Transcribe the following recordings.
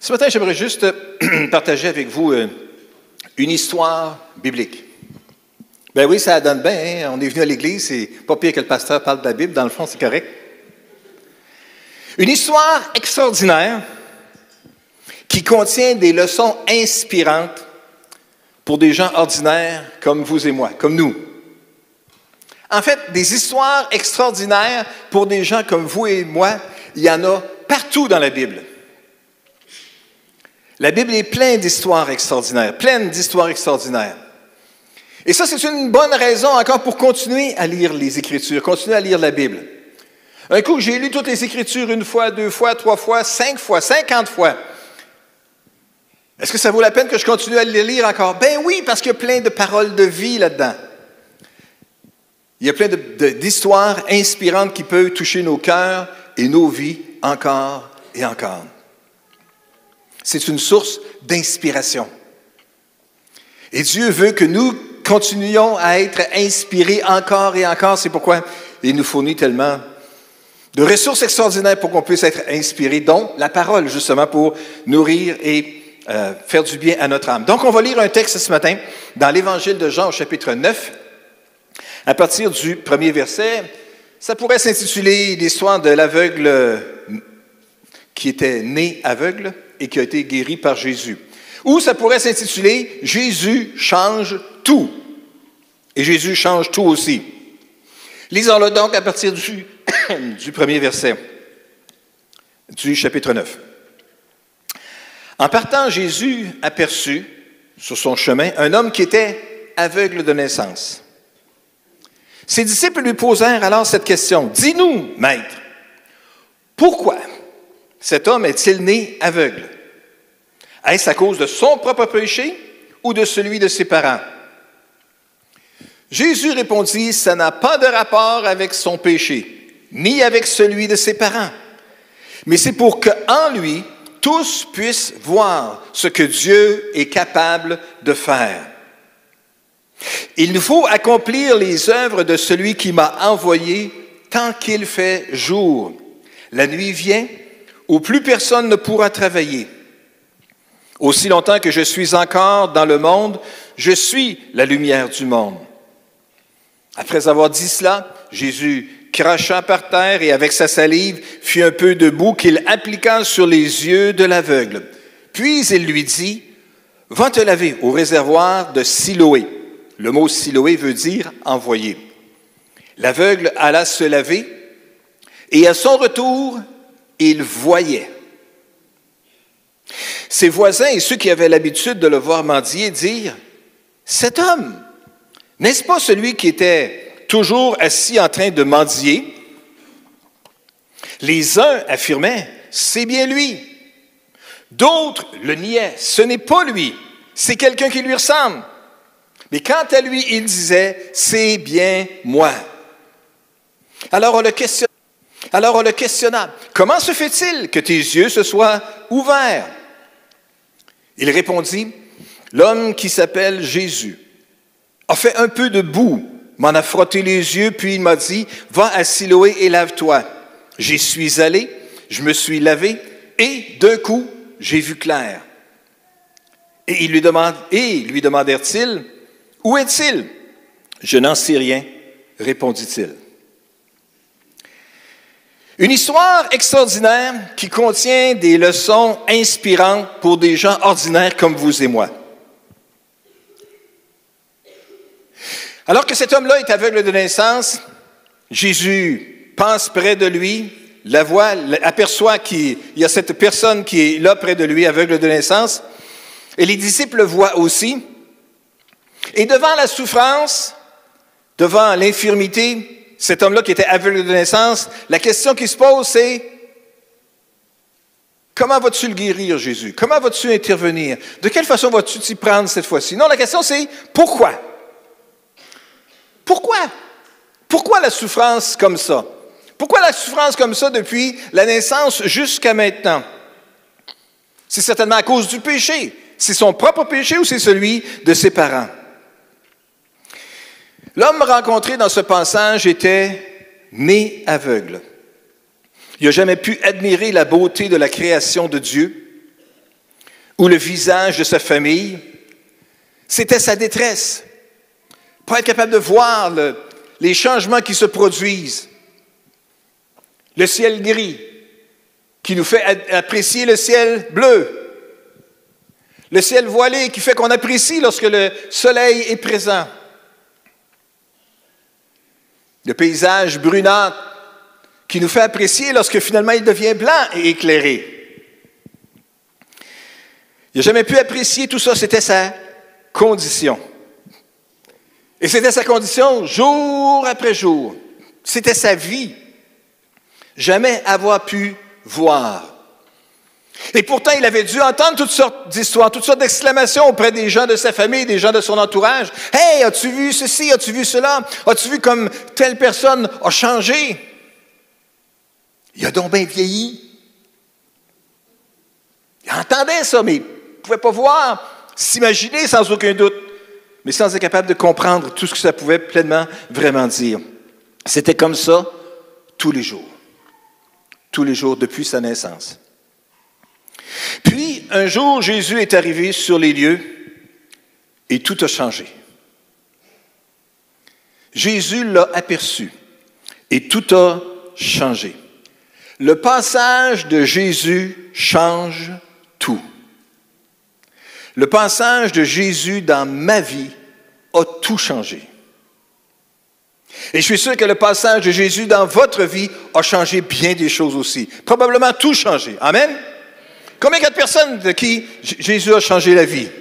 Ce matin, j'aimerais juste partager avec vous une histoire biblique. Ben oui, ça donne bien, hein? On est venu à l'église, c'est pas pire que le pasteur parle de la Bible, dans le fond, c'est correct. Une histoire extraordinaire qui contient des leçons inspirantes pour des gens ordinaires comme vous et moi, comme nous. En fait, des histoires extraordinaires pour des gens comme vous et moi, il y en a partout dans la Bible. La Bible est pleine d'histoires extraordinaires, pleine d'histoires extraordinaires. Et ça, c'est une bonne raison encore pour continuer à lire les Écritures, continuer à lire la Bible. Un coup, j'ai lu toutes les Écritures une fois, 2 fois, 3 fois, 5 fois, 50 fois. Est-ce que ça vaut la peine que je continue à les lire encore? Ben oui, parce qu'il y a plein de paroles de vie là-dedans. Il y a plein d'histoires inspirantes qui peuvent toucher nos cœurs et nos vies encore et encore. C'est une source d'inspiration. Et Dieu veut que nous continuions à être inspirés encore et encore. C'est pourquoi il nous fournit tellement de ressources extraordinaires pour qu'on puisse être inspirés, dont la parole, justement, pour nourrir et faire du bien à notre âme. Donc, on va lire un texte ce matin dans l'Évangile de Jean au chapitre 9, à partir du premier verset. Ça pourrait s'intituler « L'histoire de l'aveugle qui était né aveugle et qui a été guéri par Jésus ». Ou ça pourrait s'intituler « Jésus change tout ». Et Jésus change tout aussi. Lisons-le donc à partir du premier verset du chapitre 9. En partant, Jésus aperçut sur son chemin un homme qui était aveugle de naissance. Ses disciples lui posèrent alors cette question. « Dis-nous, Maître, pourquoi cet homme est-il né aveugle? Est-ce à cause de son propre péché ou de celui de ses parents? » Jésus répondit, « Ça n'a pas de rapport avec son péché, ni avec celui de ses parents, mais c'est pour qu'en lui, tous puissent voir ce que Dieu est capable de faire. Il nous faut accomplir les œuvres de celui qui m'a envoyé tant qu'il fait jour. La nuit vient où plus personne ne pourra travailler. Aussi longtemps que je suis encore dans le monde, je suis la lumière du monde. » Après avoir dit cela, Jésus cracha par terre et avec sa salive fit un peu de boue qu'il appliqua sur les yeux de l'aveugle. Puis il lui dit, « Va te laver au réservoir de Siloé. » Le mot Siloé veut dire « envoyé ». L'aveugle alla se laver et à son retour, il voyait. Ses voisins et ceux qui avaient l'habitude de le voir mendier dirent, « Cet homme, n'est-ce pas celui qui était toujours assis en train de mendier? » Les uns affirmaient, « C'est bien lui. » D'autres le niaient, « Ce n'est pas lui, c'est quelqu'un qui lui ressemble. » Mais quant à lui, il disait, « C'est bien moi. » Alors on le questionna, « Comment se fait-il que tes yeux se soient ouverts? » Il répondit, « L'homme qui s'appelle Jésus a fait un peu de boue, m'en a frotté les yeux, puis il m'a dit, « Va à Siloé et lave-toi. » J'y suis allé, je me suis lavé, et d'un coup, j'ai vu clair. Et lui demandèrent-ils, « Où est-il? » « Je n'en sais rien, répondit-il. Une histoire extraordinaire qui contient des leçons inspirantes pour des gens ordinaires comme vous et moi. Alors que cet homme-là est aveugle de naissance, Jésus passe près de lui, la voit, aperçoit qu'il y a cette personne qui est là près de lui, aveugle de naissance, et les disciples le voient aussi. Et devant la souffrance, devant l'infirmité, cet homme-là qui était aveugle de naissance, la question qui se pose, c'est « Comment vas-tu le guérir, Jésus? Comment vas-tu intervenir? De quelle façon vas-tu t'y prendre cette fois-ci? » Non, la question c'est « Pourquoi? » Pourquoi? Pourquoi la souffrance comme ça? Pourquoi la souffrance comme ça depuis la naissance jusqu'à maintenant? C'est certainement à cause du péché. C'est son propre péché ou c'est celui de ses parents? L'homme rencontré dans ce passage était né aveugle. Il n'a jamais pu admirer la beauté de la création de Dieu. ou le visage de sa famille. C'était sa détresse. Pas être capable de voir les changements qui se produisent. Le ciel gris, qui nous fait apprécier le ciel bleu. Le ciel voilé, qui fait qu'on apprécie lorsque le soleil est présent. Le paysage brunâtre, qui nous fait apprécier lorsque finalement il devient blanc et éclairé. Il n'a jamais pu apprécier tout ça, c'était sa condition. Et c'était sa condition jour après jour. C'était sa vie. Jamais avoir pu voir. Et pourtant, il avait dû entendre toutes sortes d'histoires, toutes sortes d'exclamations auprès des gens de sa famille, des gens de son entourage. « Hey, as-tu vu ceci? As-tu vu cela? As-tu vu comme telle personne a changé? Il a donc bien vieilli. » Il entendait ça, mais il ne pouvait pas voir, s'imaginer sans aucun doute, mais sans être capable de comprendre tout ce que ça pouvait pleinement vraiment dire. C'était comme ça tous les jours depuis sa naissance. Puis, un jour, Jésus est arrivé sur les lieux et tout a changé. Jésus l'a aperçu et tout a changé. Le passage de Jésus change tout. Le passage de Jésus dans ma vie a tout changé. Et je suis sûr que le passage de Jésus dans votre vie a changé bien des choses aussi. Probablement tout changé. Amen? Combien il y a de personnes de qui Jésus a changé la vie?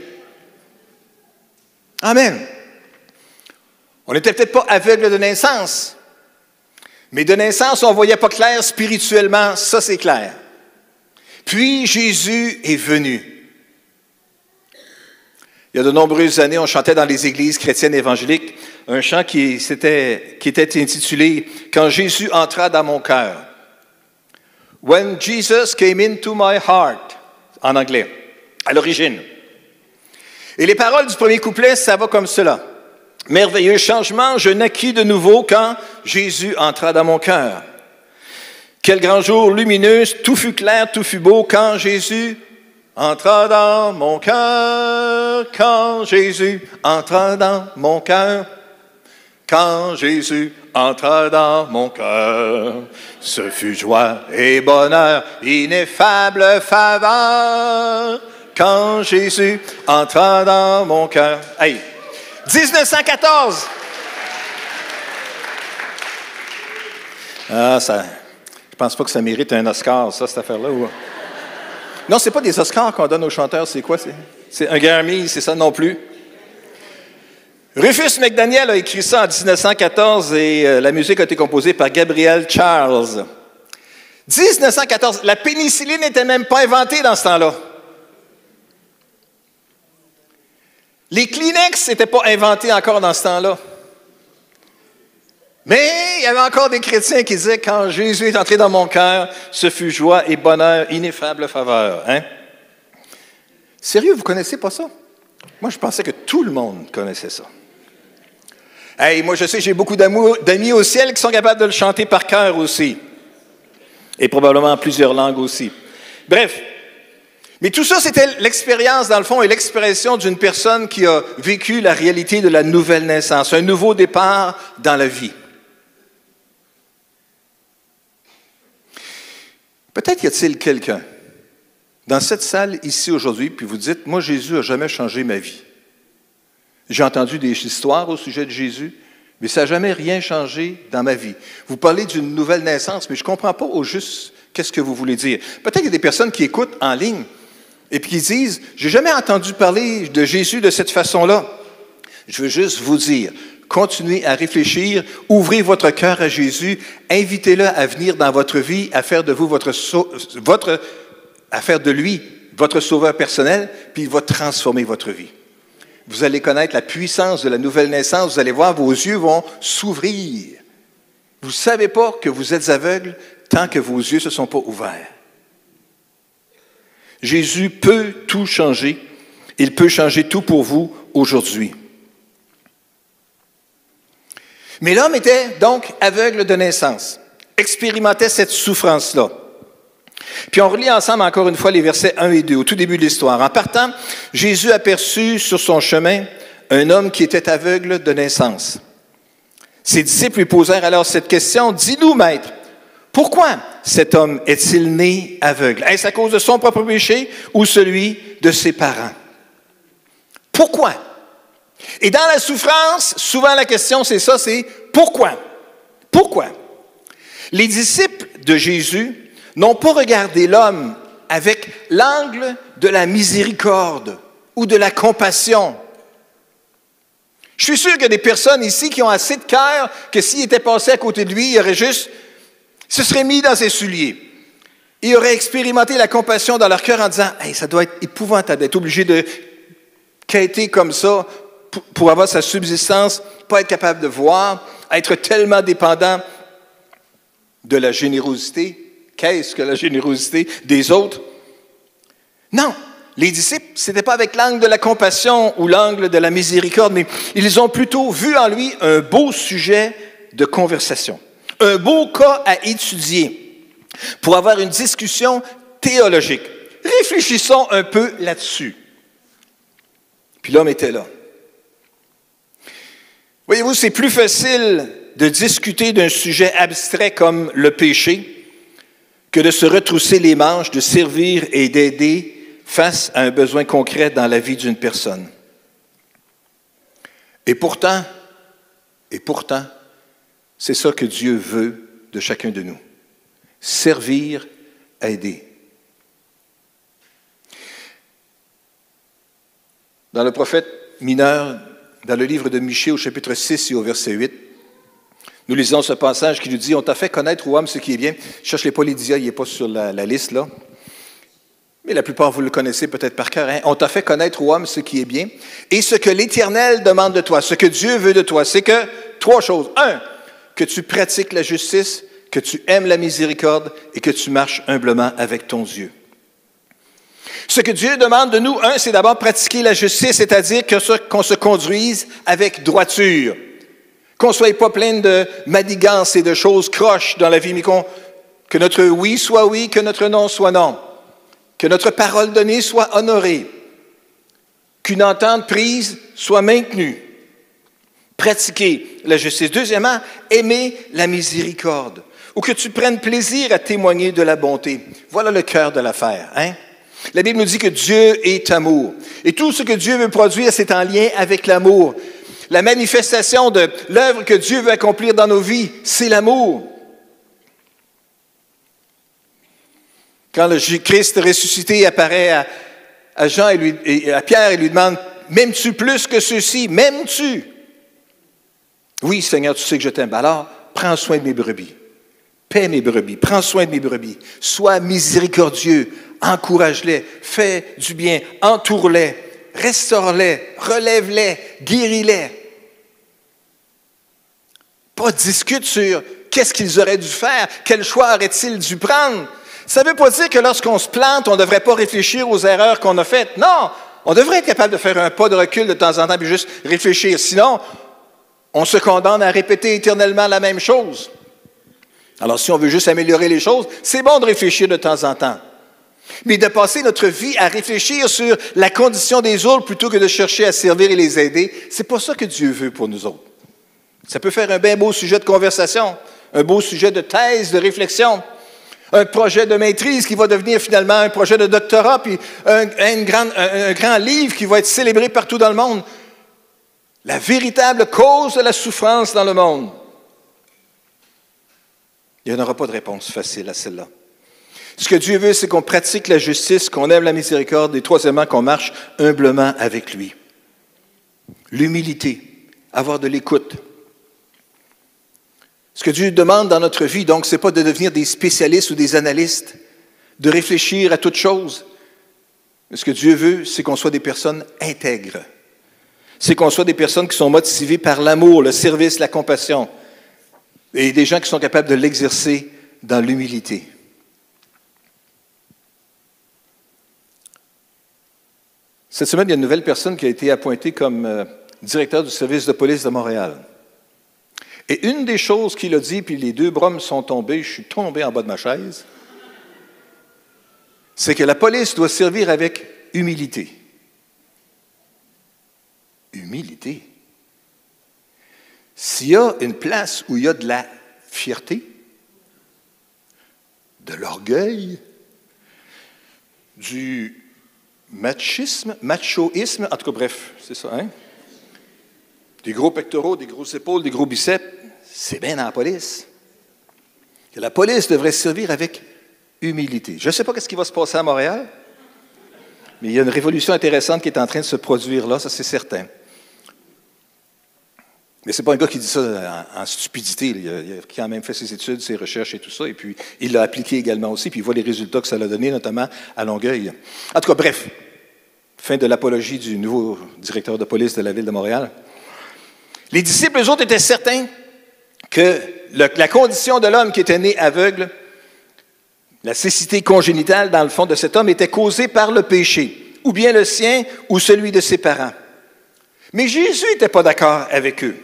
Amen. On n'était peut-être pas aveugle de naissance, mais de naissance, on ne voyait pas clair spirituellement, ça c'est clair. Puis Jésus est venu. Il y a de nombreuses années, on chantait dans les églises chrétiennes évangéliques un chant qui était intitulé « Quand Jésus entra dans mon cœur ». When Jesus came into my heart, en anglais, à l'origine. Et les paroles du premier couplet, ça va comme cela. Merveilleux changement, je naquis de nouveau quand Jésus entra dans mon cœur. Quel grand jour lumineux, tout fut clair, tout fut beau quand Jésus entra dans mon cœur. Quand Jésus entra dans mon cœur. Quand Jésus entra dans mon cœur, ce fut joie et bonheur, ineffable faveur. Quand Jésus entra dans mon cœur. Hey, 1914! Ah, ça, je pense pas que ça mérite un Oscar, ça, cette affaire-là. Ou... Non, c'est pas des Oscars qu'on donne aux chanteurs, c'est quoi? C'est un Grammy, c'est ça non plus. Rufus McDaniel a écrit ça en 1914 et la musique a été composée par Gabriel Charles. 1914, la pénicilline n'était même pas inventée dans ce temps-là. Les Kleenex n'étaient pas inventés encore dans ce temps-là. Mais il y avait encore des chrétiens qui disaient « Quand Jésus est entré dans mon cœur, ce fut joie et bonheur, ineffable faveur. » Hein? Sérieux, vous ne connaissez pas ça? Moi, je pensais que tout le monde connaissait ça. Hey, moi, je sais, j'ai beaucoup d'amis au ciel qui sont capables de le chanter par cœur aussi. Et probablement en plusieurs langues aussi. Bref. Mais tout ça, c'était l'expérience, dans le fond, et l'expression d'une personne qui a vécu la réalité de la nouvelle naissance, un nouveau départ dans la vie. Peut-être y a-t-il quelqu'un dans cette salle ici aujourd'hui, puis vous dites, moi, Jésus n'a jamais changé ma vie. J'ai entendu des histoires au sujet de Jésus, mais ça n'a jamais rien changé dans ma vie. Vous parlez d'une nouvelle naissance, mais je ne comprends pas au juste qu'est-ce que vous voulez dire. Peut-être qu'il y a des personnes qui écoutent en ligne et puis qui disent, j'ai jamais entendu parler de Jésus de cette façon-là. Je veux juste vous dire, continuez à réfléchir, ouvrez votre cœur à Jésus, invitez-le à venir dans votre vie, à faire de vous à faire de lui votre sauveur personnel, puis il va transformer votre vie. Vous allez connaître la puissance de la nouvelle naissance. Vous allez voir, vos yeux vont s'ouvrir. Vous ne savez pas que vous êtes aveugle tant que vos yeux ne se sont pas ouverts. Jésus peut tout changer. Il peut changer tout pour vous aujourd'hui. Mais l'homme était donc aveugle de naissance, expérimentait cette souffrance-là. Puis on relit ensemble encore une fois les versets 1 et 2, au tout début de l'histoire. En partant, Jésus aperçut sur son chemin un homme qui était aveugle de naissance. Ses disciples lui posèrent alors cette question, « Dis-nous, Maître, pourquoi cet homme est-il né aveugle? Est-ce à cause de son propre péché ou celui de ses parents? » Pourquoi? Et dans la souffrance, souvent la question c'est ça, c'est pourquoi? Pourquoi? Les disciples de Jésus n'ont pas regardé l'homme avec l'angle de la miséricorde ou de la compassion. Je suis sûr qu'il y a des personnes ici qui ont assez de cœur que s'il était passé à côté de lui, il aurait juste, se serait mis dans ses souliers. Il aurait expérimenté la compassion dans leur cœur en disant « Hey, ça doit être épouvantable d'être obligé de quêter comme ça pour avoir sa subsistance, pas être capable de voir, être tellement dépendant de la générosité. Qu'est-ce que la générosité des autres? » Non, les disciples, ce n'était pas avec l'angle de la compassion ou l'angle de la miséricorde, mais ils ont plutôt vu en lui un beau sujet de conversation, un beau cas à étudier pour avoir une discussion théologique. Réfléchissons un peu là-dessus. Puis l'homme était là. Voyez-vous, c'est plus facile de discuter d'un sujet abstrait comme le péché que de se retrousser les manches, de servir et d'aider face à un besoin concret dans la vie d'une personne. Et pourtant, c'est ça que Dieu veut de chacun de nous. Servir, aider. Dans le prophète mineur, dans le livre de Michée, au chapitre 6 et au verset 8, nous lisons ce passage qui nous dit « On t'a fait connaître, ô homme, ce qui est bien. » Je cherche les Polydia, il n'est pas sur la liste, là. Mais la plupart, vous le connaissez peut-être par cœur. Hein? « On t'a fait connaître, ô homme, ce qui est bien. Et ce que l'Éternel demande de toi, ce que Dieu veut de toi, c'est que, trois choses. Un, que tu pratiques la justice, que tu aimes la miséricorde et que tu marches humblement avec ton Dieu. » Ce que Dieu demande de nous, un, c'est d'abord pratiquer la justice, c'est-à-dire qu'on se conduise avec droiture. Qu'on ne soit pas plein de manigances et de choses croches dans la vie, mais que notre oui soit oui, que notre non soit non. Que notre parole donnée soit honorée. Qu'une entente prise soit maintenue. Pratiquer la justice. Deuxièmement, aimer la miséricorde. Ou que tu prennes plaisir à témoigner de la bonté. Voilà le cœur de l'affaire, hein? La Bible nous dit que Dieu est amour. Et tout ce que Dieu veut produire, c'est en lien avec l'amour. La manifestation de l'œuvre que Dieu veut accomplir dans nos vies, c'est l'amour. Quand le Christ ressuscité apparaît à Jean et à Pierre, il lui demande « M'aimes-tu plus que ceux-ci? M'aimes-tu? » « Oui, Seigneur, tu sais que je t'aime. Alors, prends soin de mes brebis. Paie mes brebis. Prends soin de mes brebis. Sois miséricordieux. Encourage-les. Fais du bien. Entoure-les. Restaure-les. Relève-les. Guéris-les. » Pas discute sur qu'est-ce qu'ils auraient dû faire, quel choix auraient-ils dû prendre. Ça ne veut pas dire que lorsqu'on se plante, on ne devrait pas réfléchir aux erreurs qu'on a faites. Non, on devrait être capable de faire un pas de recul de temps en temps, puis juste réfléchir. Sinon, on se condamne à répéter éternellement la même chose. Alors, si on veut juste améliorer les choses, c'est bon de réfléchir de temps en temps. Mais de passer notre vie à réfléchir sur la condition des autres plutôt que de chercher à servir et les aider, c'est pas ça que Dieu veut pour nous autres. Ça peut faire un bien beau sujet de conversation, un beau sujet de thèse, de réflexion, un projet de maîtrise qui va devenir finalement un projet de doctorat, puis un grand livre qui va être célébré partout dans le monde. La véritable cause de la souffrance dans le monde. Il n'y en aura pas de réponse facile à celle-là. Ce que Dieu veut, c'est qu'on pratique la justice, qu'on aime la miséricorde, et troisièmement, qu'on marche humblement avec lui. L'humilité, avoir de l'écoute. Ce que Dieu demande dans notre vie, donc, ce n'est pas de devenir des spécialistes ou des analystes, de réfléchir à toutes choses. Mais ce que Dieu veut, c'est qu'on soit des personnes intègres. C'est qu'on soit des personnes qui sont motivées par l'amour, le service, la compassion, et des gens qui sont capables de l'exercer dans l'humilité. Cette semaine, il y a une nouvelle personne qui a été appointée comme directeur du service de police de Montréal. Et une des choses qu'il a dit, puis les deux bras me sont tombés, je suis tombé en bas de ma chaise. c'est que la police doit servir avec humilité. Humilité. S'il y a une place où il y a de la fierté, de l'orgueil, du machoïsme, en tout cas, bref, c'est ça, hein? Des gros pectoraux, des grosses épaules, des gros biceps, c'est bien dans la police. Et la police devrait servir avec humilité. Je ne sais pas ce qui va se passer à Montréal, mais il y a une révolution intéressante qui est en train de se produire là, ça c'est certain. Mais ce n'est pas un gars qui dit ça en stupidité. Il a quand même fait ses études, ses recherches et tout ça, et puis il l'a appliqué également aussi, puis il voit les résultats que ça a donné, notamment à Longueuil. En tout cas, bref, fin de l'apologie du nouveau directeur de police de la ville de Montréal. Les disciples, eux autres, étaient certains que la condition de l'homme qui était né aveugle, la cécité congénitale, dans le fond, de cet homme, était causée par le péché, ou bien le sien, ou celui de ses parents. Mais Jésus n'était pas d'accord avec eux.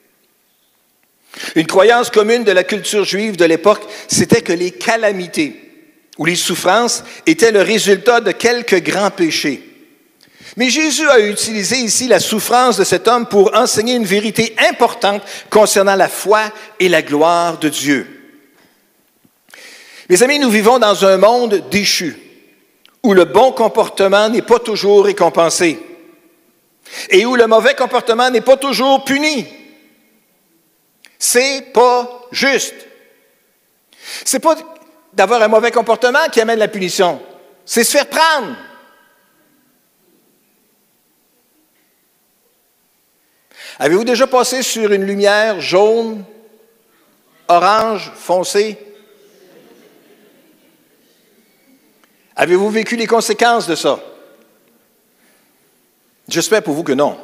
Une croyance commune de la culture juive de l'époque, c'était que les calamités ou les souffrances étaient le résultat de quelques grands péchés. Mais Jésus a utilisé ici la souffrance de cet homme pour enseigner une vérité importante concernant la foi et la gloire de Dieu. Mes amis, nous vivons dans un monde déchu, où le bon comportement n'est pas toujours récompensé et où le mauvais comportement n'est pas toujours puni. C'est pas juste. C'est pas d'avoir un mauvais comportement qui amène la punition, c'est se faire prendre. Avez-vous déjà passé sur une lumière jaune, orange, foncé? Avez-vous vécu les conséquences de ça? J'espère pour vous que non.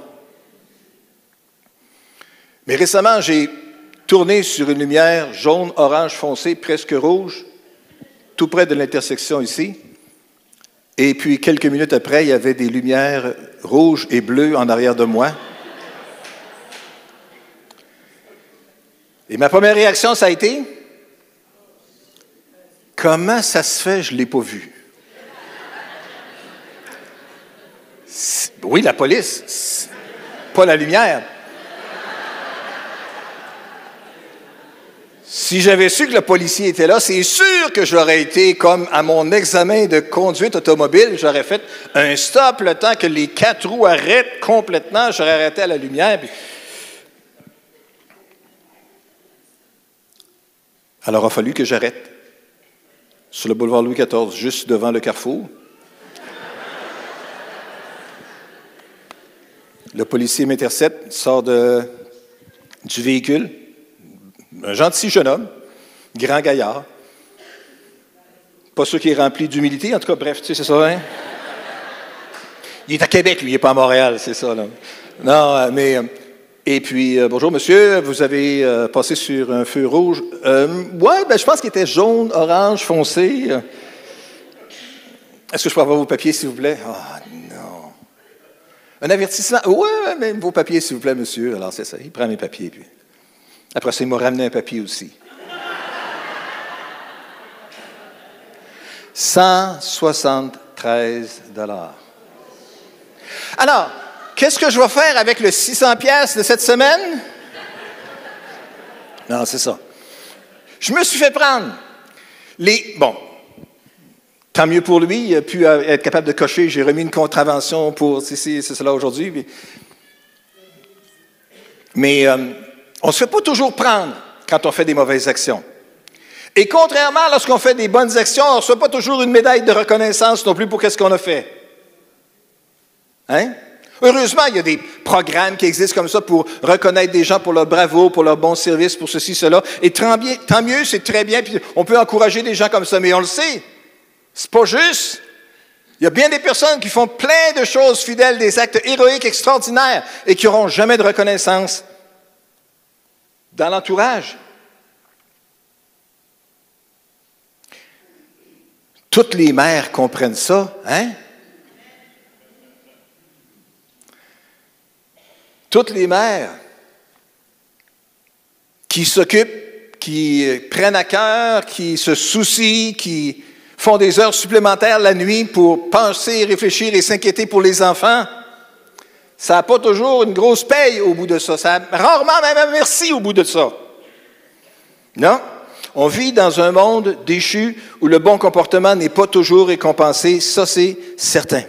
Mais récemment, j'ai tourné sur une lumière jaune, orange, foncé, presque rouge, tout près de l'intersection ici. Et puis, quelques minutes après, il y avait des lumières rouges et bleues en arrière de moi. Et ma première réaction, ça a été, comment ça se fait, je ne l'ai pas vu? Oui, la police, pas la lumière. Si j'avais su que le policier était là, c'est sûr que j'aurais été comme à mon examen de conduite automobile, j'aurais fait un stop le temps que les 4 roues arrêtent complètement, j'aurais arrêté à la lumière. Puis... Alors, il a fallu que j'arrête sur le boulevard Louis XIV, juste devant le carrefour. Le policier m'intercepte, sort du véhicule, un gentil jeune homme, grand gaillard, pas sûr qu'il est rempli d'humilité, en tout cas, bref, tu sais, c'est ça, hein? Il est à Québec, lui, il n'est pas à Montréal, c'est ça, là. Non, mais... Et puis, bonjour, monsieur, vous avez passé sur un feu rouge. Oui, je pense qu'il était jaune, orange, foncé. Est-ce que je peux avoir vos papiers, s'il vous plaît? Ah, non. Un avertissement? Oui, mais vos papiers, s'il vous plaît, monsieur. Alors, c'est ça, il prend mes papiers. Puis. Après ça, il m'a ramené un papier aussi. 173 $. Alors, qu'est-ce que je vais faire avec le 600 pièces de cette semaine? Non, c'est ça. Je me suis fait prendre. Bon, tant mieux pour lui, il a pu être capable de cocher. J'ai remis une contravention pour c'est cela aujourd'hui. Mais on ne se fait pas toujours prendre quand on fait des mauvaises actions. Et contrairement, lorsqu'on fait des bonnes actions, on ne reçoit pas toujours une médaille de reconnaissance non plus pour ce qu'on a fait. Hein? Heureusement, il y a des programmes qui existent comme ça pour reconnaître des gens pour leur bravoure, pour leur bon service, pour ceci, cela. Et tant mieux, c'est très bien, puis on peut encourager des gens comme ça, mais on le sait, c'est pas juste. Il y a bien des personnes qui font plein de choses fidèles, des actes héroïques extraordinaires, et qui n'auront jamais de reconnaissance dans l'entourage. Toutes les mères comprennent ça, hein? Toutes les mères qui s'occupent, qui prennent à cœur, qui se soucient, qui font des heures supplémentaires la nuit pour penser, réfléchir et s'inquiéter pour les enfants. Ça n'a pas toujours une grosse paye au bout de ça. Ça a rarement même un merci au bout de ça. Non, on vit dans un monde déchu où le bon comportement n'est pas toujours récompensé. Ça, c'est certain.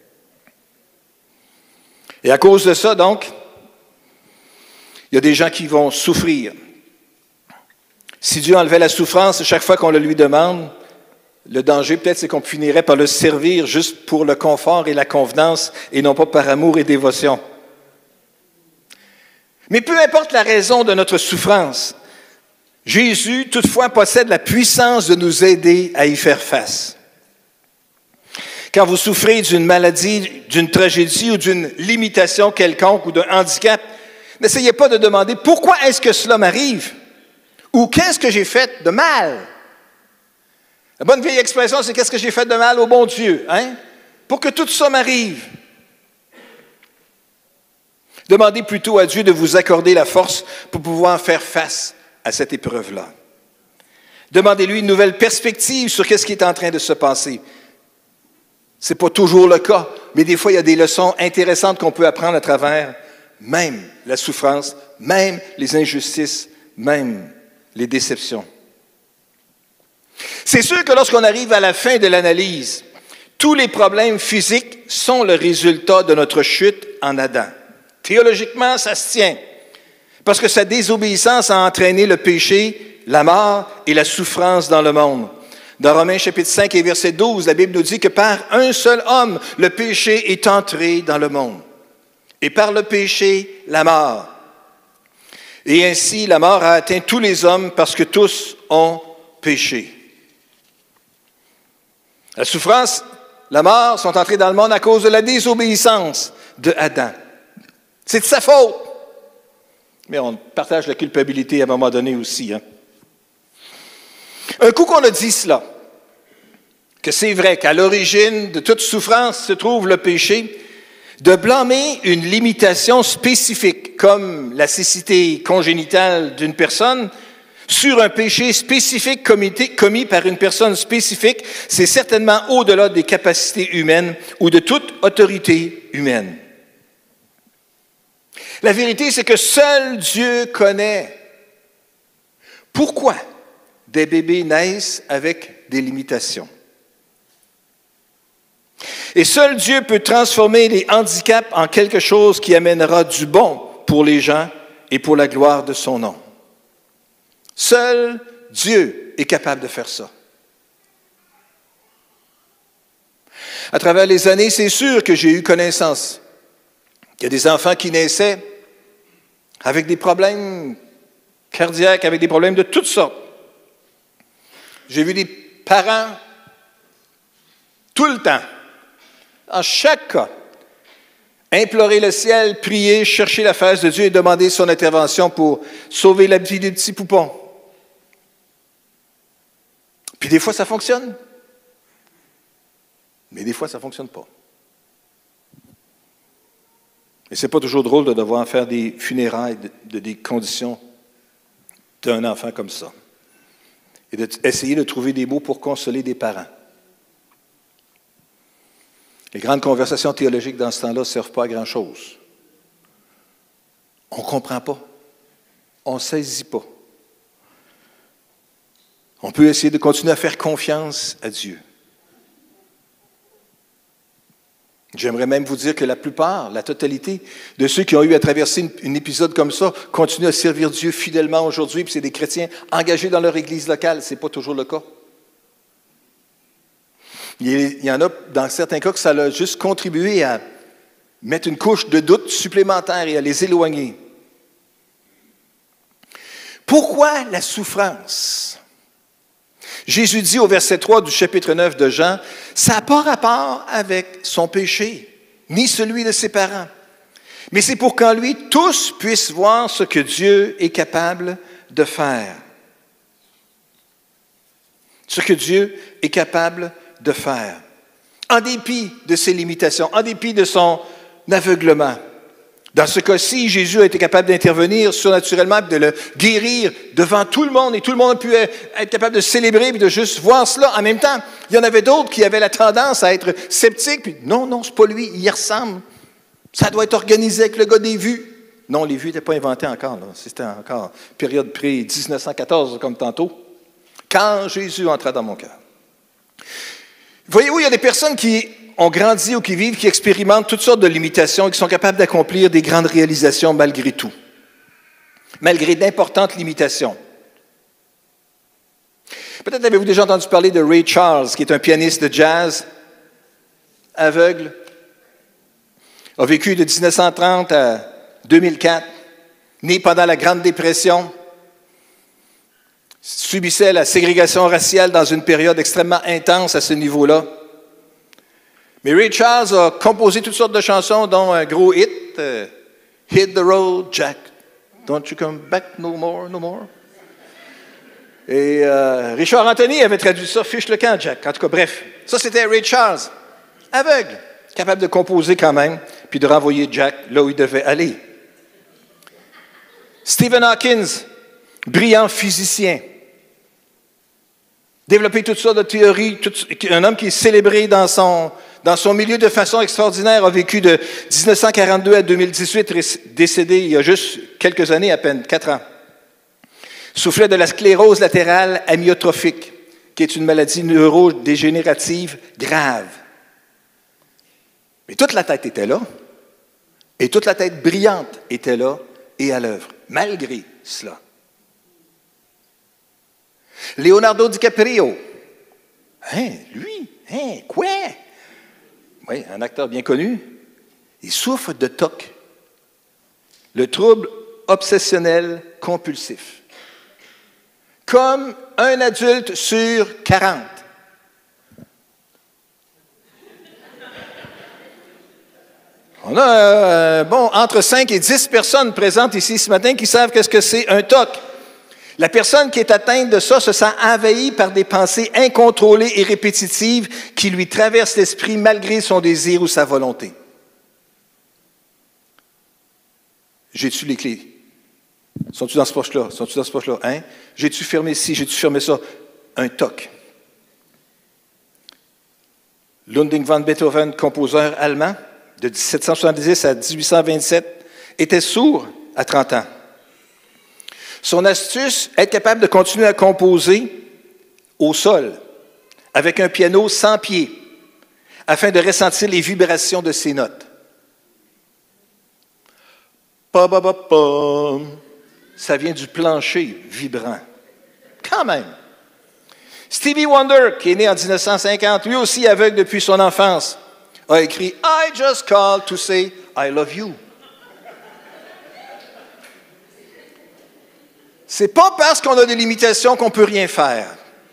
Et à cause de ça, donc, il y a des gens qui vont souffrir. Si Dieu enlevait la souffrance chaque fois qu'on le lui demande, le danger, peut-être, c'est qu'on finirait par le servir juste pour le confort et la convenance et non pas par amour et dévotion. Mais peu importe la raison de notre souffrance, Jésus, toutefois, possède la puissance de nous aider à y faire face. Quand vous souffrez d'une maladie, d'une tragédie ou d'une limitation quelconque ou d'un handicap, n'essayez pas de demander « Pourquoi est-ce que cela m'arrive? » ou « Qu'est-ce que j'ai fait de mal? » La bonne vieille expression, c'est « Qu'est-ce que j'ai fait de mal au bon Dieu? » Pour que tout ça m'arrive. Demandez plutôt à Dieu de vous accorder la force pour pouvoir faire face à cette épreuve-là. Demandez-lui une nouvelle perspective sur ce qui est en train de se passer. Ce n'est pas toujours le cas, mais des fois, il y a des leçons intéressantes qu'on peut apprendre à travers même la souffrance, même les injustices, même les déceptions. C'est sûr que lorsqu'on arrive à la fin de l'analyse, tous les problèmes physiques sont le résultat de notre chute en Adam. Théologiquement, ça se tient, parce que sa désobéissance a entraîné le péché, la mort et la souffrance dans le monde. Dans Romains chapitre 5 et verset 12, la Bible nous dit que par un seul homme, le péché est entré dans le monde. Et par le péché, la mort. Et ainsi, la mort a atteint tous les hommes parce que tous ont péché. La souffrance, la mort sont entrés dans le monde à cause de la désobéissance de Adam. C'est de sa faute. Mais on partage la culpabilité à un moment donné aussi. Un coup qu'on a dit cela, que c'est vrai qu'à l'origine de toute souffrance se trouve le péché, de blâmer une limitation spécifique, comme la cécité congénitale d'une personne, sur un péché spécifique commis par une personne spécifique, c'est certainement au-delà des capacités humaines ou de toute autorité humaine. La vérité, c'est que seul Dieu connaît pourquoi des bébés naissent avec des limitations. Et seul Dieu peut transformer les handicaps en quelque chose qui amènera du bon pour les gens et pour la gloire de son nom. Seul Dieu est capable de faire ça. À travers les années, c'est sûr que j'ai eu connaissance. Il y a des enfants qui naissaient avec des problèmes cardiaques, avec des problèmes de toutes sortes. J'ai vu des parents tout le temps, en chaque cas, implorer le ciel, prier, chercher la face de Dieu et demander son intervention pour sauver la vie des petits poupons. Puis des fois, ça fonctionne. Mais des fois, ça ne fonctionne pas. Et ce n'est pas toujours drôle de devoir faire des funérailles de des conditions d'un enfant comme ça. Et d'essayer de trouver des mots pour consoler des parents. Les grandes conversations théologiques dans ce temps-là ne servent pas à grand-chose. On ne comprend pas. On ne saisit pas. On peut essayer de continuer à faire confiance à Dieu. J'aimerais même vous dire que la plupart, la totalité de ceux qui ont eu à traverser un épisode comme ça continuent à servir Dieu fidèlement aujourd'hui, puis c'est des chrétiens engagés dans leur église locale. Ce n'est pas toujours le cas. Il y en a, dans certains cas, que ça a juste contribué à mettre une couche de doute supplémentaire et à les éloigner. Pourquoi la souffrance? Jésus dit au verset 3 du chapitre 9 de Jean, « Ça n'a pas rapport avec son péché, ni celui de ses parents. Mais c'est pour qu'en lui, tous puissent voir ce que Dieu est capable de faire. » Ce que Dieu est capable de faire. En dépit de ses limitations, en dépit de son aveuglement. Dans ce cas-ci, Jésus a été capable d'intervenir surnaturellement et de le guérir devant tout le monde. Et tout le monde a pu être capable de célébrer et de juste voir cela. En même temps, il y en avait d'autres qui avaient la tendance à être sceptiques. Puis, non, c'est pas lui, il y ressemble. Ça doit être organisé avec le gars des vues. Non, les vues n'étaient pas inventées encore. Là. C'était encore période pré-1914, comme tantôt. Quand Jésus entra dans mon cœur. Voyez-vous, il y a des personnes qui ont grandi ou qui vivent, qui expérimentent toutes sortes de limitations et qui sont capables d'accomplir des grandes réalisations malgré tout, malgré d'importantes limitations. Peut-être avez-vous déjà entendu parler de Ray Charles, qui est un pianiste de jazz, aveugle, a vécu de 1930 à 2004, né pendant la Grande Dépression, subissait la ségrégation raciale dans une période extrêmement intense à ce niveau-là. Mais Ray Charles a composé toutes sortes de chansons, dont un gros hit, Hit the Road, Jack, Don't You Come Back No More, No More. Et Richard Anthony avait traduit ça, Fiche le camp, Jack. En tout cas, bref, ça c'était Ray Charles, aveugle, capable de composer quand même, puis de renvoyer Jack là où il devait aller. Stephen Hawking, brillant physicien, développé toutes sortes de théories, un homme qui est célébré dans son milieu de façon extraordinaire, a vécu de 1942 à 2018, décédé il y a juste quelques années, à peine 4 ans. Souffrait de la sclérose latérale amyotrophique, qui est une maladie neurodégénérative grave. Mais toute la tête était là, et toute la tête brillante était là et à l'œuvre, malgré cela. Leonardo DiCaprio. Lui? Quoi? Oui, un acteur bien connu. Il souffre de TOC, le trouble obsessionnel compulsif. Comme un adulte sur 40. On a entre 5 et 10 personnes présentes ici ce matin qui savent qu'est-ce que c'est un TOC. La personne qui est atteinte de ça se sent envahie par des pensées incontrôlées et répétitives qui lui traversent l'esprit malgré son désir ou sa volonté. J'ai-tu les clés? Sont-tu dans ce poche-là? Sont-tu dans ce poche-là? Hein? J'ai-tu fermé ci? J'ai-tu fermé ça? Un TOC. Ludwig van Beethoven, compositeur allemand, de 1770 à 1827, était sourd à 30 ans. Son astuce, être capable de continuer à composer au sol, avec un piano sans pied, afin de ressentir les vibrations de ses notes. Pa-ba-ba-pam. Ça vient du plancher vibrant. Quand même. Stevie Wonder, qui est né en 1950, lui aussi aveugle depuis son enfance, a écrit « I just called to say I love you ». C'est pas parce qu'on a des limitations qu'on ne peut rien faire.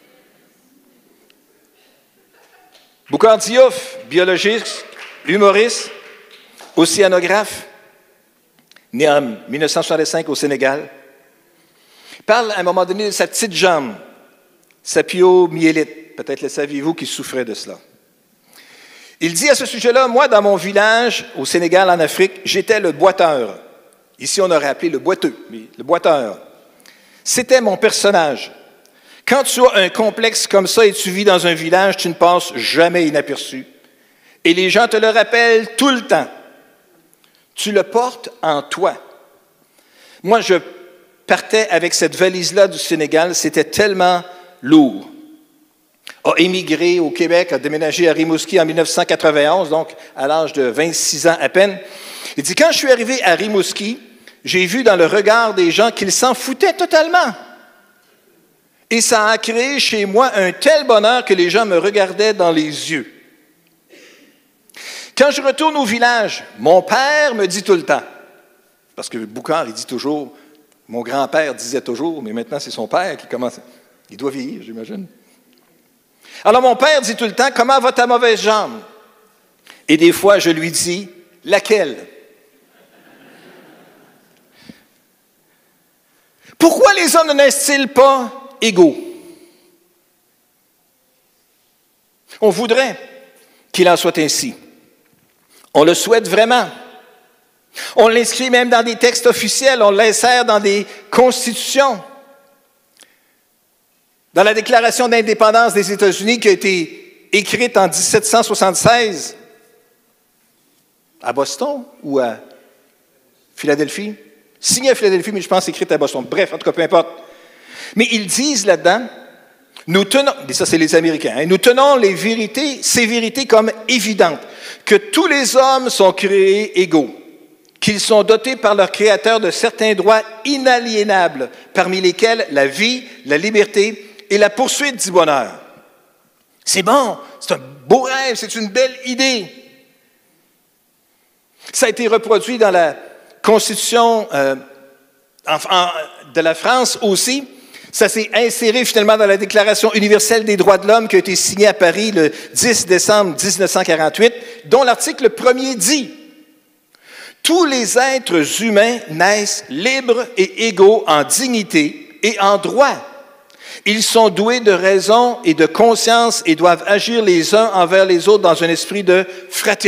Boukhar Diouf, biologiste, humoriste, océanographe, né en 1965 au Sénégal, parle à un moment donné de sa petite jambe, sapiomyélite, peut-être le saviez-vous, qui souffrait de cela. Il dit à ce sujet-là, moi, dans mon village, au Sénégal, en Afrique, j'étais le boiteur. Ici, on aurait appelé le boiteux, mais le boiteur. C'était mon personnage. Quand tu as un complexe comme ça et tu vis dans un village, tu ne passes jamais inaperçu. Et les gens te le rappellent tout le temps. Tu le portes en toi. Moi, je partais avec cette valise-là du Sénégal, c'était tellement lourd. A émigré au Québec, a déménagé à Rimouski en 1991, donc à l'âge de 26 ans à peine. Il dit, quand je suis arrivé à Rimouski, j'ai vu dans le regard des gens qu'ils s'en foutaient totalement. Et ça a créé chez moi un tel bonheur que les gens me regardaient dans les yeux. Quand je retourne au village, mon père me dit tout le temps, parce que Boukhar, il dit toujours, mon grand-père disait toujours, mais maintenant c'est son père qui commence, il doit vieillir, j'imagine. Alors mon père dit tout le temps, comment va ta mauvaise jambe? Et des fois, je lui dis, laquelle? Pourquoi les hommes ne naissent-ils pas égaux? On voudrait qu'il en soit ainsi. On le souhaite vraiment. On l'inscrit même dans des textes officiels, on l'insère dans des constitutions. Dans la Déclaration d'indépendance des États-Unis qui a été écrite en 1776, à Boston ou à Philadelphie, signée à Philadelphie, mais je pense écrite à Boston. Bref, en tout cas, peu importe. Mais ils disent là-dedans, nous tenons, et ça c'est les Américains, hein, nous tenons ces vérités comme évidentes, que tous les hommes sont créés égaux, qu'ils sont dotés par leur Créateur de certains droits inaliénables, parmi lesquels la vie, la liberté et la poursuite du bonheur. C'est bon, c'est un beau rêve, c'est une belle idée. Ça a été reproduit dans la Constitution de la France aussi. Ça s'est inséré finalement dans la Déclaration universelle des droits de l'homme qui a été signée à Paris le 10 décembre 1948, dont l'article 1er dit « Tous les êtres humains naissent libres et égaux en dignité et en droit. Ils sont doués de raison et de conscience et doivent agir les uns envers les autres dans un esprit de fraternité. »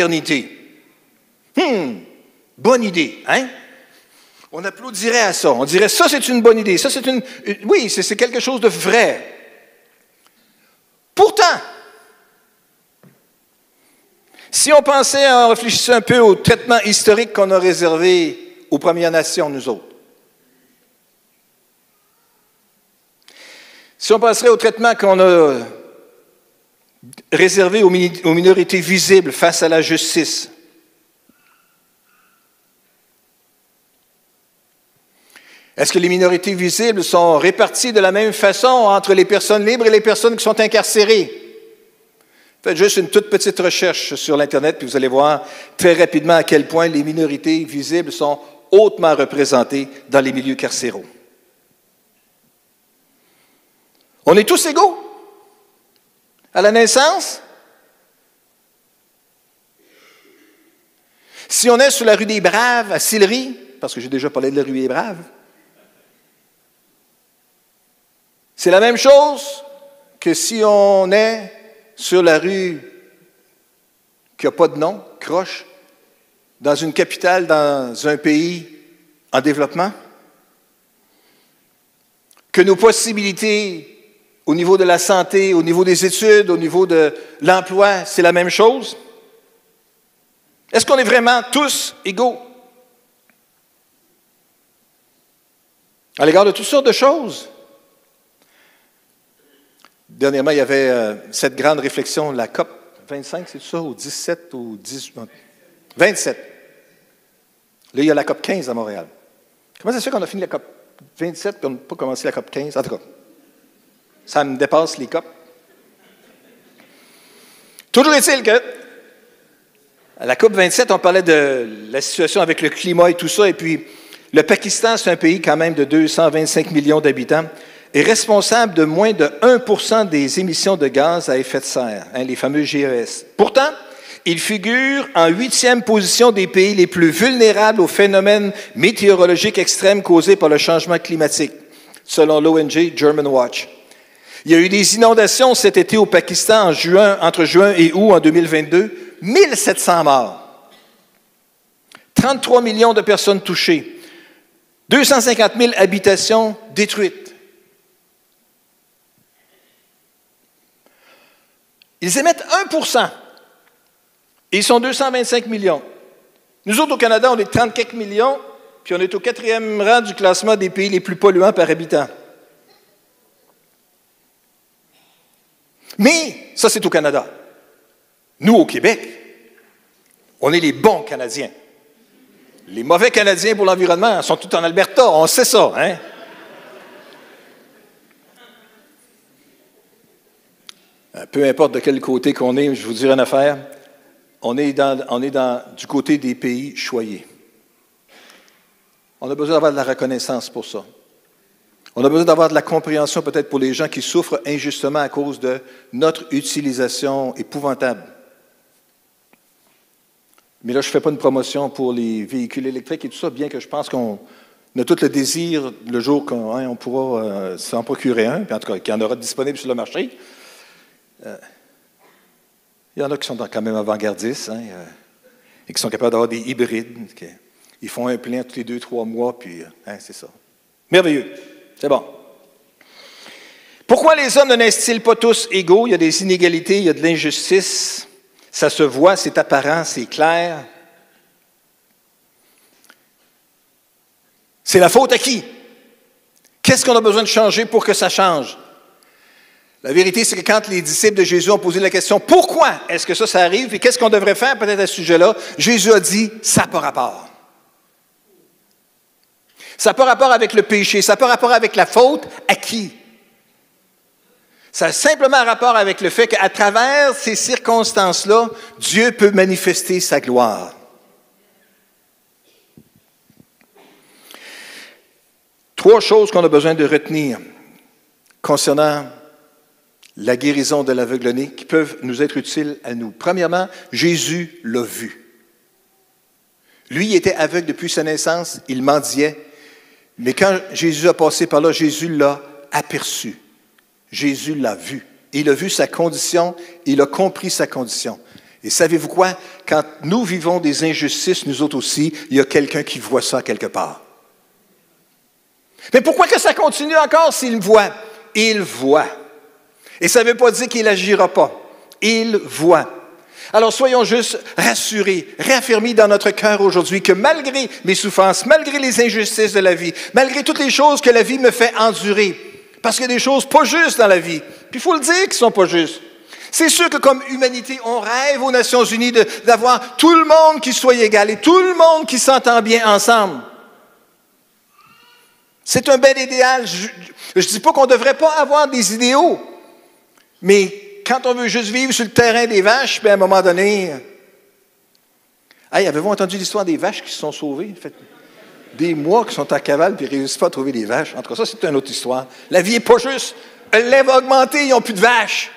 Bonne idée, hein? On applaudirait à ça. On dirait, ça, c'est une bonne idée. Ça, oui, c'est quelque chose de vrai. Pourtant, si on réfléchissait un peu au traitement historique qu'on a réservé aux Premières Nations, nous autres, si on penserait au traitement qu'on a réservé aux minorités visibles face à la justice, est-ce que les minorités visibles sont réparties de la même façon entre les personnes libres et les personnes qui sont incarcérées? Faites juste une toute petite recherche sur l'Internet, puis vous allez voir très rapidement à quel point les minorités visibles sont hautement représentées dans les milieux carcéraux. On est tous égaux à la naissance. Si on est sur la rue des Braves à Sillery, parce que j'ai déjà parlé de la rue des Braves, c'est la même chose que si on est sur la rue qui n'a pas de nom, croche, dans une capitale, dans un pays en développement, que nos possibilités au niveau de la santé, au niveau des études, au niveau de l'emploi, c'est la même chose? Est-ce qu'on est vraiment tous égaux à l'égard de toutes sortes de choses? Dernièrement, il y avait cette grande réflexion, la COP 25, c'est ça, ou 17, ou 18, 27. Là, il y a la COP 15 à Montréal. Comment ça se fait qu'on a fini la COP 27 et qu'on n'a pas commencé la COP 15? En tout cas, ça me dépasse les COP. Toujours est-il que, à la COP 27, on parlait de la situation avec le climat et tout ça, et puis le Pakistan, c'est un pays quand même de 225 millions d'habitants, est responsable de moins de 1% des émissions de gaz à effet de serre, les fameux GES. Pourtant, il figure en 8e position des pays les plus vulnérables aux phénomènes météorologiques extrêmes causés par le changement climatique, selon l'ONG German Watch. Il y a eu des inondations cet été au Pakistan entre juin et août en 2022, 1700 morts, 33 millions de personnes touchées, 250 000 habitations détruites. Ils émettent 1%. Et ils sont 225 millions. Nous autres, au Canada, on est 30 quelques millions, puis on est au 4e rang du classement des pays les plus polluants par habitant. Mais, ça, c'est au Canada. Nous, au Québec, on est les bons Canadiens. Les mauvais Canadiens pour l'environnement sont tous en Alberta, on sait ça, hein? Peu importe de quel côté qu'on est, je vous dirai une affaire, on est du côté des pays choyés. On a besoin d'avoir de la reconnaissance pour ça. On a besoin d'avoir de la compréhension peut-être pour les gens qui souffrent injustement à cause de notre utilisation épouvantable. Mais là, je ne fais pas une promotion pour les véhicules électriques et tout ça, bien que je pense qu'on a tout le désir, le jour qu'on pourra s'en procurer un, puis en tout cas, qu'il y en aura disponible sur le marché. Il y en a qui sont quand même avant-gardistes et qui sont capables d'avoir des hybrides. Ils font un plein tous les 2-3 mois, puis c'est ça. Merveilleux. C'est bon. Pourquoi les hommes ne naissent-ils pas tous égaux? Il y a des inégalités, il y a de l'injustice. Ça se voit, c'est apparent, c'est clair. C'est la faute à qui? Qu'est-ce qu'on a besoin de changer pour que ça change? La vérité, c'est que quand les disciples de Jésus ont posé la question « Pourquoi est-ce que ça arrive? Et qu'est-ce qu'on devrait faire peut-être à ce sujet-là? » Jésus a dit « Ça n'a pas rapport. » Ça n'a pas rapport avec le péché, ça n'a pas rapport avec la faute. À qui? Ça a simplement rapport avec le fait qu'à travers ces circonstances-là, Dieu peut manifester sa gloire. Trois choses qu'on a besoin de retenir concernant la guérison de l'aveugle-né qui peuvent nous être utiles à nous. Premièrement, Jésus l'a vu. Lui, il était aveugle depuis sa naissance, il mendiait. Mais quand Jésus a passé par là, Jésus l'a aperçu. Jésus l'a vu. Il a vu sa condition, il a compris sa condition. Et savez-vous quoi? Quand nous vivons des injustices, nous autres aussi, il y a quelqu'un qui voit ça quelque part. Mais pourquoi que ça continue encore s'il me voit? Il voit. Et ça ne veut pas dire qu'il n'agira pas. Il voit. Alors soyons juste rassurés, réaffirmés dans notre cœur aujourd'hui que malgré mes souffrances, malgré les injustices de la vie, malgré toutes les choses que la vie me fait endurer, parce qu'il y a des choses pas justes dans la vie, puis il faut le dire qu'ils ne sont pas justes. C'est sûr que comme humanité, on rêve aux Nations Unies d'avoir tout le monde qui soit égal et tout le monde qui s'entend bien ensemble. C'est un bel idéal. Je ne dis pas qu'on ne devrait pas avoir des idéaux, mais quand on veut juste vivre sur le terrain des vaches, puis à un moment donné... Hey, avez-vous entendu l'histoire des vaches qui se sont sauvées? En fait, des mois qui sont à cavale puis ils ne réussissent pas à trouver des vaches. En tout cas, ça, c'est une autre histoire. La vie n'est pas juste. Le lait va augmenter, ils n'ont plus de vaches.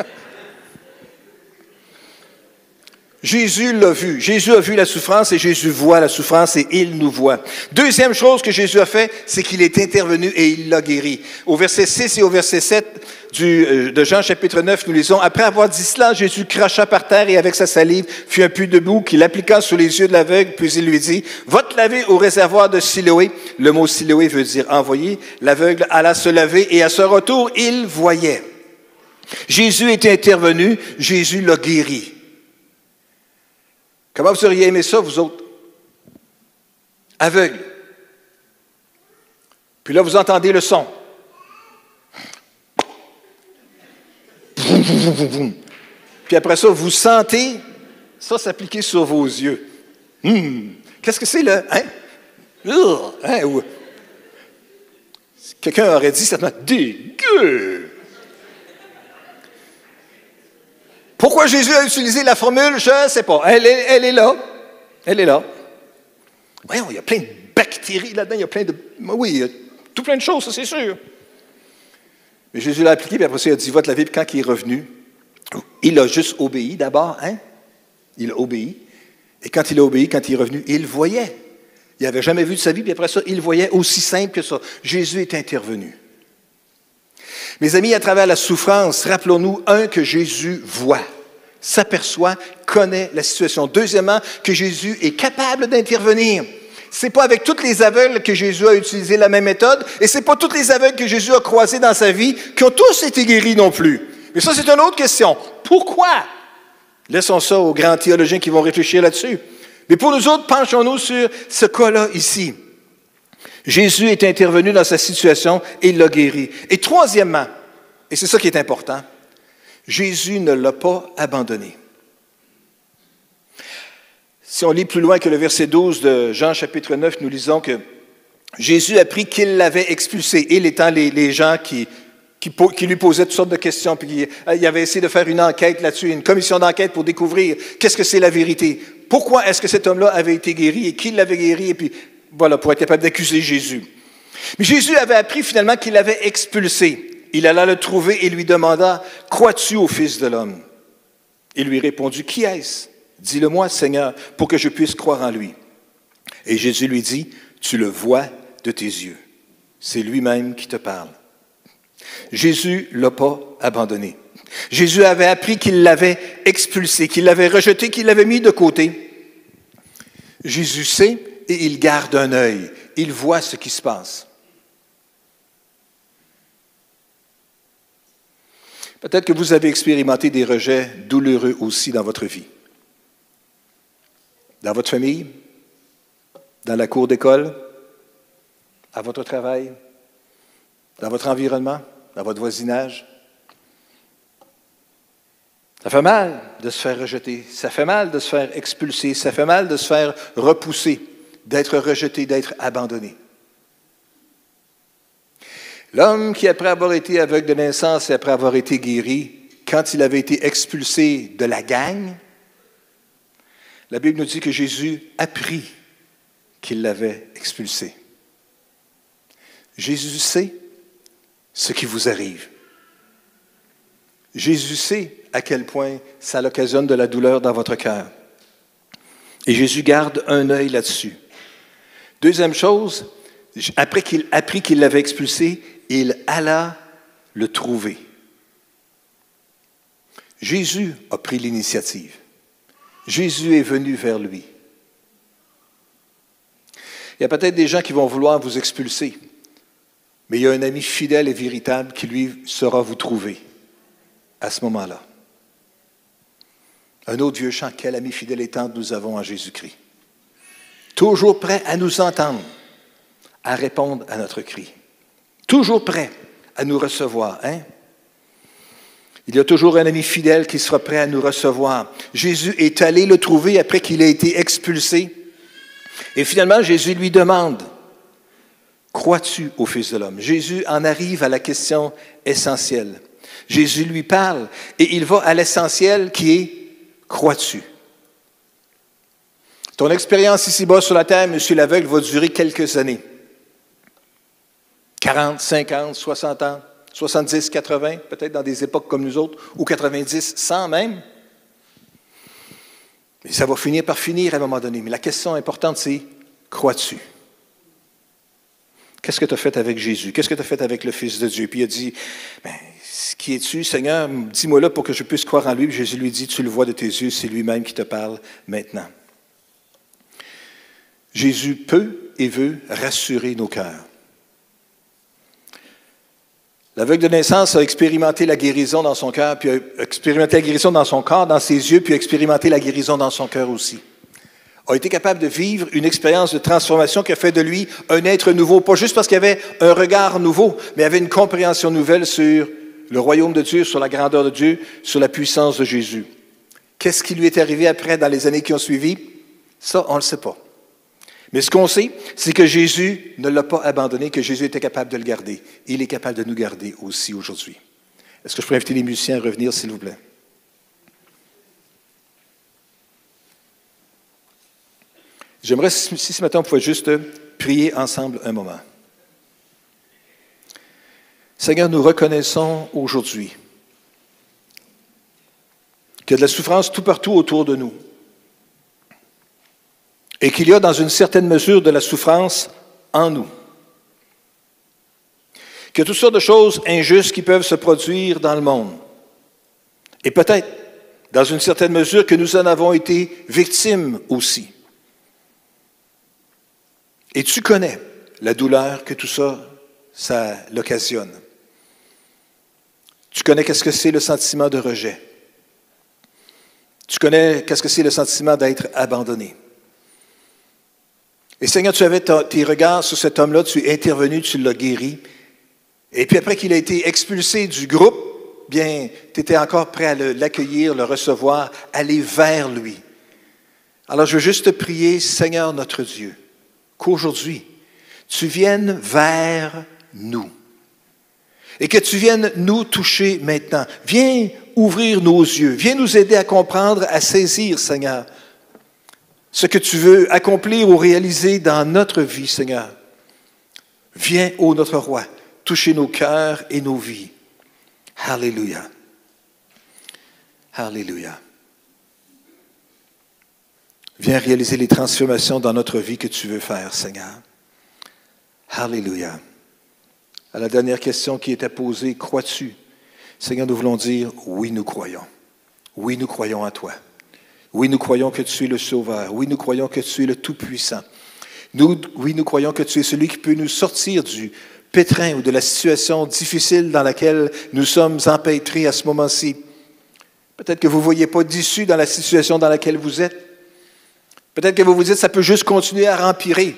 Jésus l'a vu. Jésus a vu la souffrance et Jésus voit la souffrance et il nous voit. Deuxième chose que Jésus a fait, c'est qu'il est intervenu et il l'a guéri. Au verset 6 et au verset 7 de Jean chapitre 9, nous lisons « Après avoir dit cela, Jésus cracha par terre et avec sa salive fit un puits de boue qu'il appliqua sur les yeux de l'aveugle, puis il lui dit « Va te laver au réservoir de Siloé. » Le mot Siloé veut dire « envoyé ». L'aveugle alla se laver et à ce retour, il voyait. Jésus est intervenu, Jésus l'a guéri. Comment vous auriez aimé ça, vous autres? Aveugles. Puis là, vous entendez le son. Puis après ça, vous sentez ça s'appliquer sur vos yeux. Qu'est-ce que c'est, là? Quelqu'un aurait dit certainement « dégueu ». Pourquoi Jésus a utilisé la formule, je ne sais pas. Elle est là. Elle est là. Voyons, il y a plein de bactéries là-dedans, il y a plein de... Oui, il y a tout plein de choses, ça c'est sûr. Mais Jésus l'a appliqué, puis après ça, il a dit, va te laver, puis quand il est revenu, il a juste obéi d'abord, hein? Il a obéi. Et quand il a obéi, quand il est revenu, il voyait. Il n'avait jamais vu de sa vie, puis après ça, il voyait aussi simple que ça. Jésus est intervenu. Mes amis, à travers la souffrance, rappelons-nous, que Jésus voit, s'aperçoit, connaît la situation. Deuxièmement, que Jésus est capable d'intervenir. Ce n'est pas avec tous les aveugles que Jésus a utilisé la même méthode, et ce n'est pas tous les aveugles que Jésus a croisés dans sa vie qui ont tous été guéris non plus. Mais ça, c'est une autre question. Pourquoi? Laissons ça aux grands théologiens qui vont réfléchir là-dessus. Mais pour nous autres, penchons-nous sur ce cas-là ici. Jésus est intervenu dans sa situation et il l'a guéri. Et troisièmement, et c'est ça qui est important, Jésus ne l'a pas abandonné. Si on lit plus loin que le verset 12 de Jean chapitre 9, nous lisons que Jésus a appris qu'il l'avait expulsé, il étant les gens qui lui posaient toutes sortes de questions, puis il avait essayé de faire une enquête là-dessus, une commission d'enquête pour découvrir qu'est-ce que c'est la vérité. Pourquoi est-ce que cet homme-là avait été guéri et qui l'avait guéri, et puis voilà, pour être capable d'accuser Jésus. Mais Jésus avait appris finalement qu'il l'avait expulsé. Il alla le trouver et lui demanda, « Crois-tu au Fils de l'homme? » Il lui répondit, « Qui est-ce? Dis-le-moi, Seigneur, pour que je puisse croire en lui. » Et Jésus lui dit, « Tu le vois de tes yeux. C'est lui-même qui te parle. » Jésus ne l'a pas abandonné. Jésus avait appris qu'il l'avait expulsé, qu'il l'avait rejeté, qu'il l'avait mis de côté. Jésus sait et il garde un œil. Il voit ce qui se passe. Peut-être que vous avez expérimenté des rejets douloureux aussi dans votre vie. Dans votre famille, dans la cour d'école, à votre travail, dans votre environnement, dans votre voisinage. Ça fait mal de se faire rejeter, ça fait mal de se faire expulser, ça fait mal de se faire repousser, d'être rejeté, d'être abandonné. L'homme qui, après avoir été aveugle de naissance et après avoir été guéri, quand il avait été expulsé de la gang, la Bible nous dit que Jésus apprit qu'il l'avait expulsé. Jésus sait ce qui vous arrive. Jésus sait à quel point ça occasionne de la douleur dans votre cœur. Et Jésus garde un œil là-dessus. Deuxième chose, après qu'il apprit qu'il l'avait expulsé, il alla le trouver. Jésus a pris l'initiative. Jésus est venu vers lui. Il y a peut-être des gens qui vont vouloir vous expulser, mais il y a un ami fidèle et véritable qui, lui, saura vous trouver à ce moment-là. Un autre vieux chant, quel ami fidèle et tendre nous avons en Jésus-Christ. Toujours prêt à nous entendre, à répondre à notre cri. Toujours prêt à nous recevoir. Hein? Il y a toujours un ami fidèle qui sera prêt à nous recevoir. Jésus est allé le trouver après qu'il a été expulsé. Et finalement, Jésus lui demande, « Crois-tu au Fils de l'homme? » Jésus en arrive à la question essentielle. Jésus lui parle et il va à l'essentiel qui est, « Crois-tu? » Ton expérience ici-bas sur la terre, monsieur l'aveugle, va durer quelques années. 40, 50, 60 ans, 70, 80, peut-être dans des époques comme nous autres, ou 90, 100 même. Mais ça va finir par finir à un moment donné. Mais la question importante, c'est, crois-tu? Qu'est-ce que tu as fait avec Jésus? Qu'est-ce que tu as fait avec le Fils de Dieu? Puis il a dit, qui es-tu, Seigneur? Dis-moi là pour que je puisse croire en lui. Puis Jésus lui dit, tu le vois de tes yeux, c'est lui-même qui te parle maintenant. Jésus peut et veut rassurer nos cœurs. L'aveugle de naissance a expérimenté la guérison dans son cœur, puis a expérimenté la guérison dans son corps, dans ses yeux, puis a expérimenté la guérison dans son cœur aussi. A été capable de vivre une expérience de transformation qui a fait de lui un être nouveau, pas juste parce qu'il avait un regard nouveau, mais avait une compréhension nouvelle sur le royaume de Dieu, sur la grandeur de Dieu, sur la puissance de Jésus. Qu'est-ce qui lui est arrivé après dans les années qui ont suivi? Ça, on ne le sait pas. Mais ce qu'on sait, c'est que Jésus ne l'a pas abandonné, que Jésus était capable de le garder. Il est capable de nous garder aussi aujourd'hui. Est-ce que je pourrais inviter les musiciens à revenir, s'il vous plaît? J'aimerais, si ce matin, on pouvait juste prier ensemble un moment. Seigneur, nous reconnaissons aujourd'hui qu'il y a de la souffrance tout partout autour de nous. Et qu'il y a dans une certaine mesure de la souffrance en nous. Qu'il y a toutes sortes de choses injustes qui peuvent se produire dans le monde. Et peut-être, dans une certaine mesure, que nous en avons été victimes aussi. Et tu connais la douleur que tout ça l'occasionne. Tu connais qu'est-ce que c'est le sentiment de rejet. Tu connais qu'est-ce que c'est le sentiment d'être abandonné. Et Seigneur, tu avais tes regards sur cet homme-là, tu es intervenu, tu l'as guéri. Et puis après qu'il a été expulsé du groupe, bien, tu étais encore prêt à l'accueillir, le recevoir, aller vers lui. Alors je veux juste te prier, Seigneur notre Dieu, qu'aujourd'hui, tu viennes vers nous. Et que tu viennes nous toucher maintenant. Viens ouvrir nos yeux, viens nous aider à comprendre, à saisir, Seigneur, ce que tu veux accomplir ou réaliser dans notre vie, Seigneur. Viens, ô notre Roi, toucher nos cœurs et nos vies. Alléluia. Alléluia. Viens réaliser les transformations dans notre vie que tu veux faire, Seigneur. Alléluia. À la dernière question qui était posée, crois-tu? Seigneur, nous voulons dire, oui, nous croyons. Oui, nous croyons en toi. Oui, nous croyons que tu es le Sauveur. Oui, nous croyons que tu es le Tout-Puissant. Nous croyons que tu es celui qui peut nous sortir du pétrin ou de la situation difficile dans laquelle nous sommes empêtrés à ce moment-ci. Peut-être que vous ne voyez pas d'issue dans la situation dans laquelle vous êtes. Peut-être que vous vous dites, ça peut juste continuer à empirer.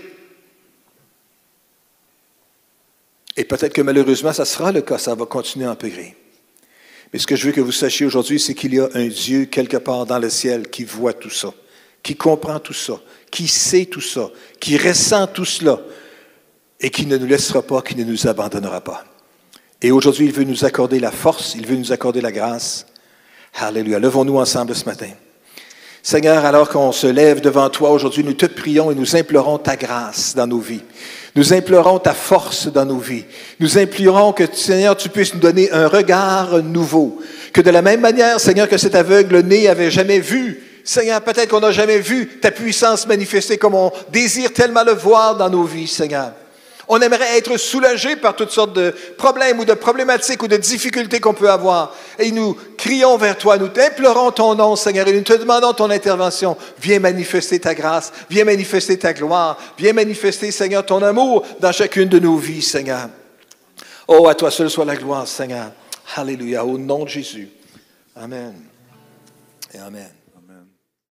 Et peut-être que malheureusement, ça sera le cas, ça va continuer à empirer. Mais ce que je veux que vous sachiez aujourd'hui, c'est qu'il y a un Dieu quelque part dans le ciel qui voit tout ça, qui comprend tout ça, qui sait tout ça, qui ressent tout cela et qui ne nous laissera pas, qui ne nous abandonnera pas. Et aujourd'hui, il veut nous accorder la force, il veut nous accorder la grâce. Alléluia. Levons-nous ensemble ce matin. Seigneur, alors qu'on se lève devant toi aujourd'hui, nous te prions et nous implorons ta grâce dans nos vies. Nous implorons ta force dans nos vies. Nous implorons que, Seigneur, tu puisses nous donner un regard nouveau. Que de la même manière, Seigneur, que cet aveugle-né avait jamais vu, Seigneur, peut-être qu'on n'a jamais vu ta puissance manifestée comme on désire tellement le voir dans nos vies, Seigneur. On aimerait être soulagé par toutes sortes de problèmes ou de problématiques ou de difficultés qu'on peut avoir. Et nous crions vers toi, nous t'implorons ton nom, Seigneur, et nous te demandons ton intervention. Viens manifester ta grâce, viens manifester ta gloire, viens manifester, Seigneur, ton amour dans chacune de nos vies, Seigneur. Oh, à toi seul soit la gloire, Seigneur. Alléluia, au nom de Jésus. Amen et amen.